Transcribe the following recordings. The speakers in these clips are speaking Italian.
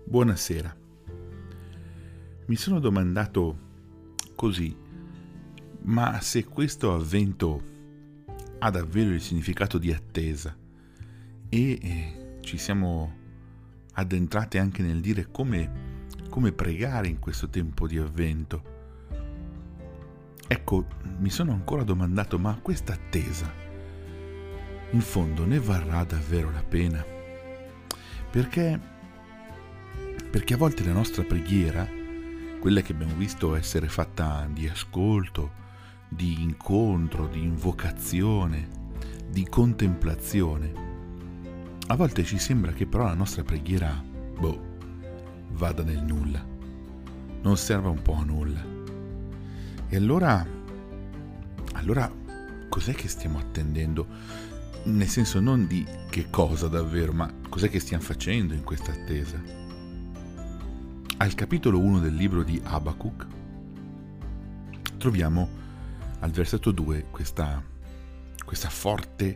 Buonasera. Mi sono domandato così, ma se questo avvento ha davvero il significato di attesa e ci siamo addentrati anche nel dire come pregare in questo tempo di avvento. Ecco, mi sono ancora domandato, ma questa attesa in fondo ne varrà davvero la pena? Perché a volte la nostra preghiera, quella che abbiamo visto essere fatta di ascolto, di incontro, di invocazione, di contemplazione, a volte ci sembra che però la nostra preghiera, vada nel nulla, non serva un po' a nulla. E allora cos'è che stiamo attendendo? Nel senso non di che cosa davvero, ma cos'è che stiamo facendo in questa attesa? Al capitolo 1 del libro di Abacuc troviamo al versetto 2 questa forte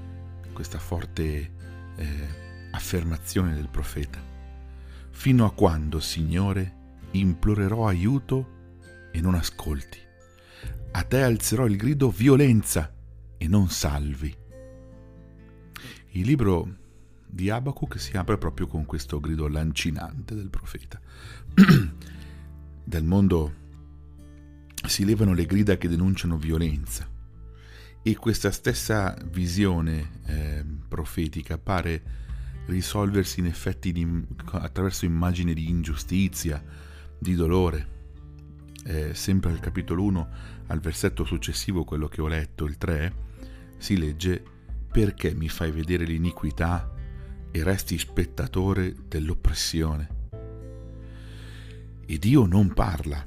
affermazione del profeta. Fino a quando, Signore, implorerò aiuto e non ascolti? A te alzerò il grido violenza e non salvi. Il libro di Abacuc si apre proprio con questo grido lancinante del profeta. Dal mondo si levano le grida che denunciano violenza e questa stessa visione profetica pare risolversi in effetti attraverso immagini di ingiustizia, di dolore. Sempre al capitolo 1, al versetto successivo, quello che ho letto, il 3, si legge: perché mi fai vedere l'iniquità e resti spettatore dell'oppressione? E Dio non parla,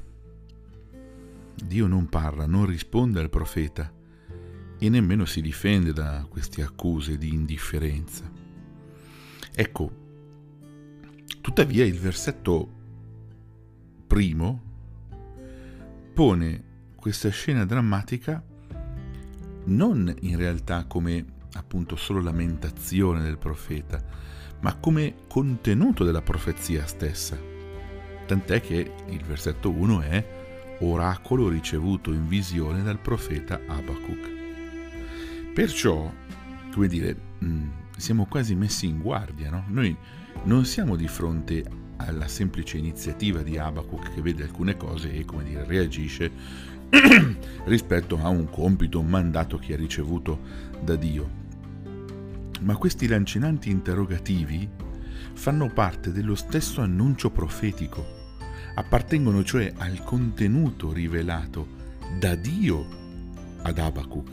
non risponde al profeta e nemmeno si difende da queste accuse di indifferenza. Ecco, tuttavia il versetto primo pone questa scena drammatica non in realtà come appunto solo lamentazione del profeta, ma come contenuto della profezia stessa. Tant'è che il versetto 1 è oracolo ricevuto in visione dal profeta Abacuc. Perciò, siamo quasi messi in guardia, no? Noi non siamo di fronte alla semplice iniziativa di Abacuc che vede alcune cose e, reagisce rispetto a un compito, un mandato che ha ricevuto da Dio. Ma questi lancinanti interrogativi fanno parte dello stesso annuncio profetico, appartengono cioè al contenuto rivelato da Dio ad Abacuc.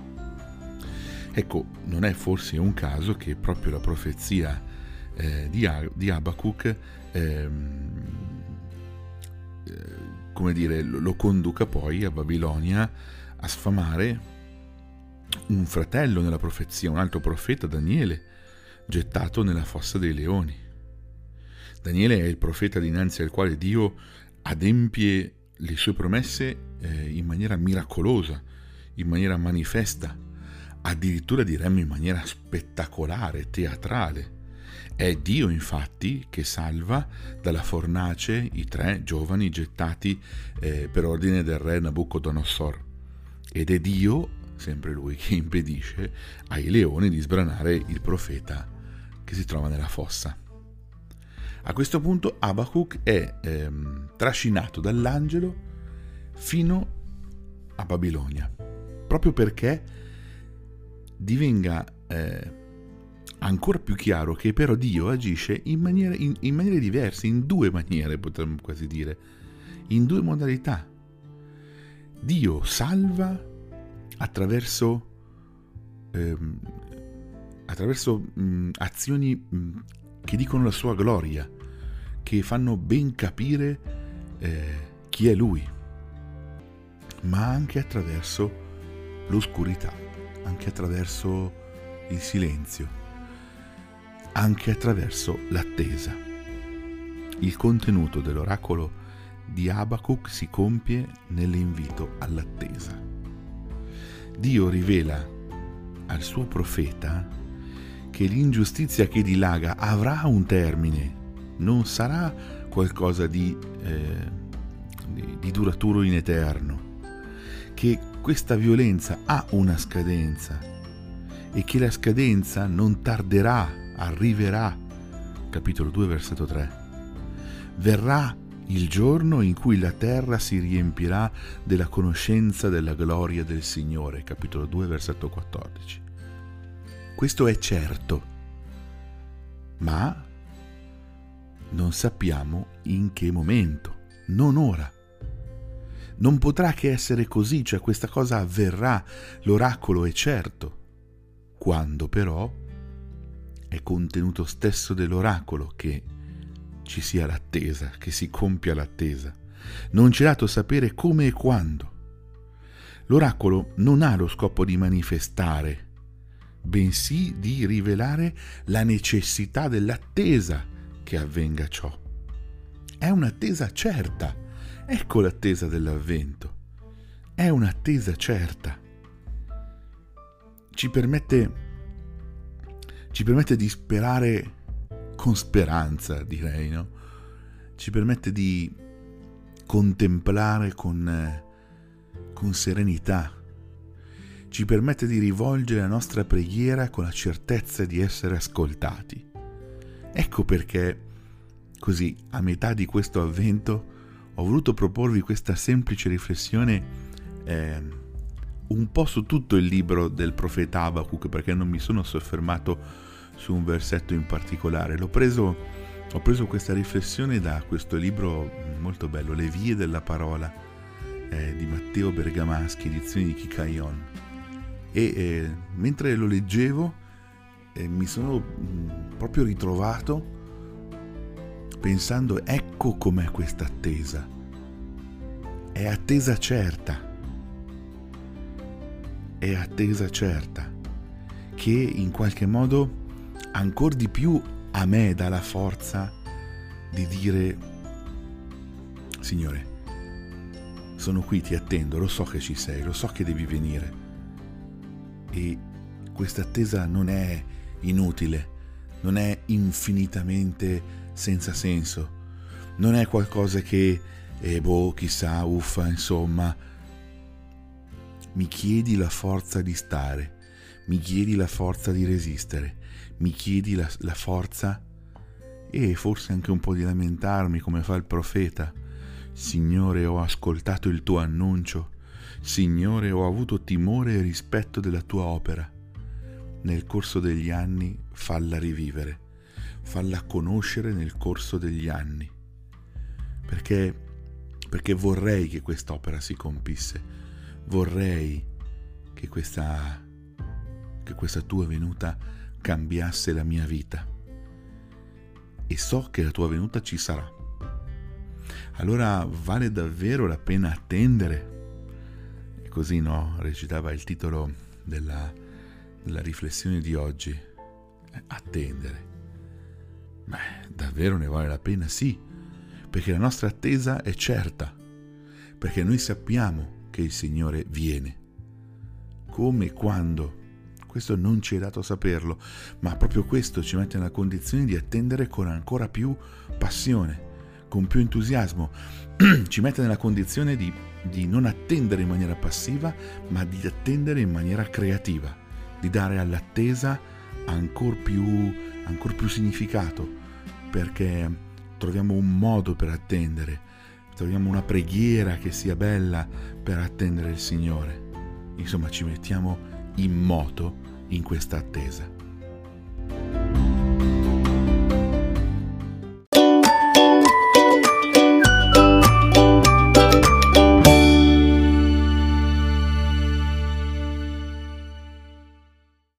Ecco, non è forse un caso che proprio la profezia di Abacuc lo conduca poi a Babilonia a sfamare un fratello nella profezia, un altro profeta, Daniele, gettato nella fossa dei leoni. Daniele è il profeta dinanzi al quale Dio adempie le sue promesse in maniera miracolosa, in maniera manifesta, addirittura diremmo in maniera spettacolare, teatrale. È Dio infatti che salva dalla fornace i 3 giovani gettati per ordine del re Nabucodonosor, ed è Dio, sempre lui, che impedisce ai leoni di sbranare il profeta che si trova nella fossa. A questo punto Abacuc è trascinato dall'angelo fino a Babilonia, proprio perché divenga ancora più chiaro che però Dio agisce in maniere diverse, in 2 maniere, potremmo quasi dire, in 2 modalità. Dio salva attraverso azioni che dicono la sua gloria, che fanno ben capire chi è Lui, ma anche attraverso l'oscurità, anche attraverso il silenzio, anche attraverso l'attesa. Il contenuto dell'oracolo di Abacuc si compie nell'invito all'attesa. Dio rivela al suo profeta che l'ingiustizia che dilaga avrà un termine, non sarà qualcosa di duraturo in eterno, che questa violenza ha una scadenza e che la scadenza non tarderà, arriverà. Capitolo 2, versetto 3. Verrà il giorno in cui la terra si riempirà della conoscenza della gloria del Signore. Capitolo 2, versetto 14. Questo è certo, ma non sappiamo in che momento, non ora. Non potrà che essere così, cioè questa cosa avverrà, l'oracolo è certo. Quando però è contenuto stesso dell'oracolo che ci sia l'attesa, che si compia l'attesa. Non ci è dato sapere come e quando. L'oracolo non ha lo scopo di manifestare, bensì di rivelare la necessità dell'attesa che avvenga ciò. È un'attesa certa. Ecco l'attesa dell'avvento. È un'attesa certa. Ci permette di sperare con speranza, direi, no? Ci permette di contemplare con serenità. Ci permette di rivolgere la nostra preghiera con la certezza di essere ascoltati. Ecco perché, così, a metà di questo avvento, ho voluto proporvi questa semplice riflessione un po' su tutto il libro del profeta Abacuc, perché non mi sono soffermato su un versetto in particolare. Ho preso questa riflessione da questo libro molto bello, Le vie della parola, di Matteo Bergamaschi, edizioni di Kikayon. E mentre lo leggevo mi sono proprio ritrovato pensando, ecco com'è questa attesa. È attesa certa. È attesa certa che in qualche modo ancor di più a me dà la forza di dire: Signore, sono qui, ti attendo, lo so che ci sei, lo so che devi venire. E questa attesa non è inutile, non è infinitamente senza senso, non è qualcosa che, chissà, uffa, insomma. Mi chiedi la forza di stare, mi chiedi la forza di resistere, mi chiedi la forza e forse anche un po' di lamentarmi come fa il profeta. Signore, ho ascoltato il tuo annuncio, Signore, ho avuto timore e rispetto della tua opera. Nel corso degli anni falla rivivere, falla conoscere nel corso degli anni, perché vorrei che quest'opera si compisse. Vorrei che questa tua venuta cambiasse la mia vita, e so che la tua venuta ci sarà. Allora vale davvero la pena attendere. E così, no, recitava il titolo della riflessione di oggi. Attendere. Beh, davvero ne vale la pena? Sì, perché la nostra attesa è certa, perché noi sappiamo che il Signore viene. Come e quando? Questo non ci è dato saperlo, ma proprio questo ci mette nella condizione di attendere con ancora più passione, con più entusiasmo. Ci mette nella condizione di non attendere in maniera passiva, ma di attendere in maniera creativa, di dare all'attesa ancor più significato, perché troviamo un modo per attendere, troviamo una preghiera che sia bella per attendere il Signore. Insomma, ci mettiamo in moto in questa attesa.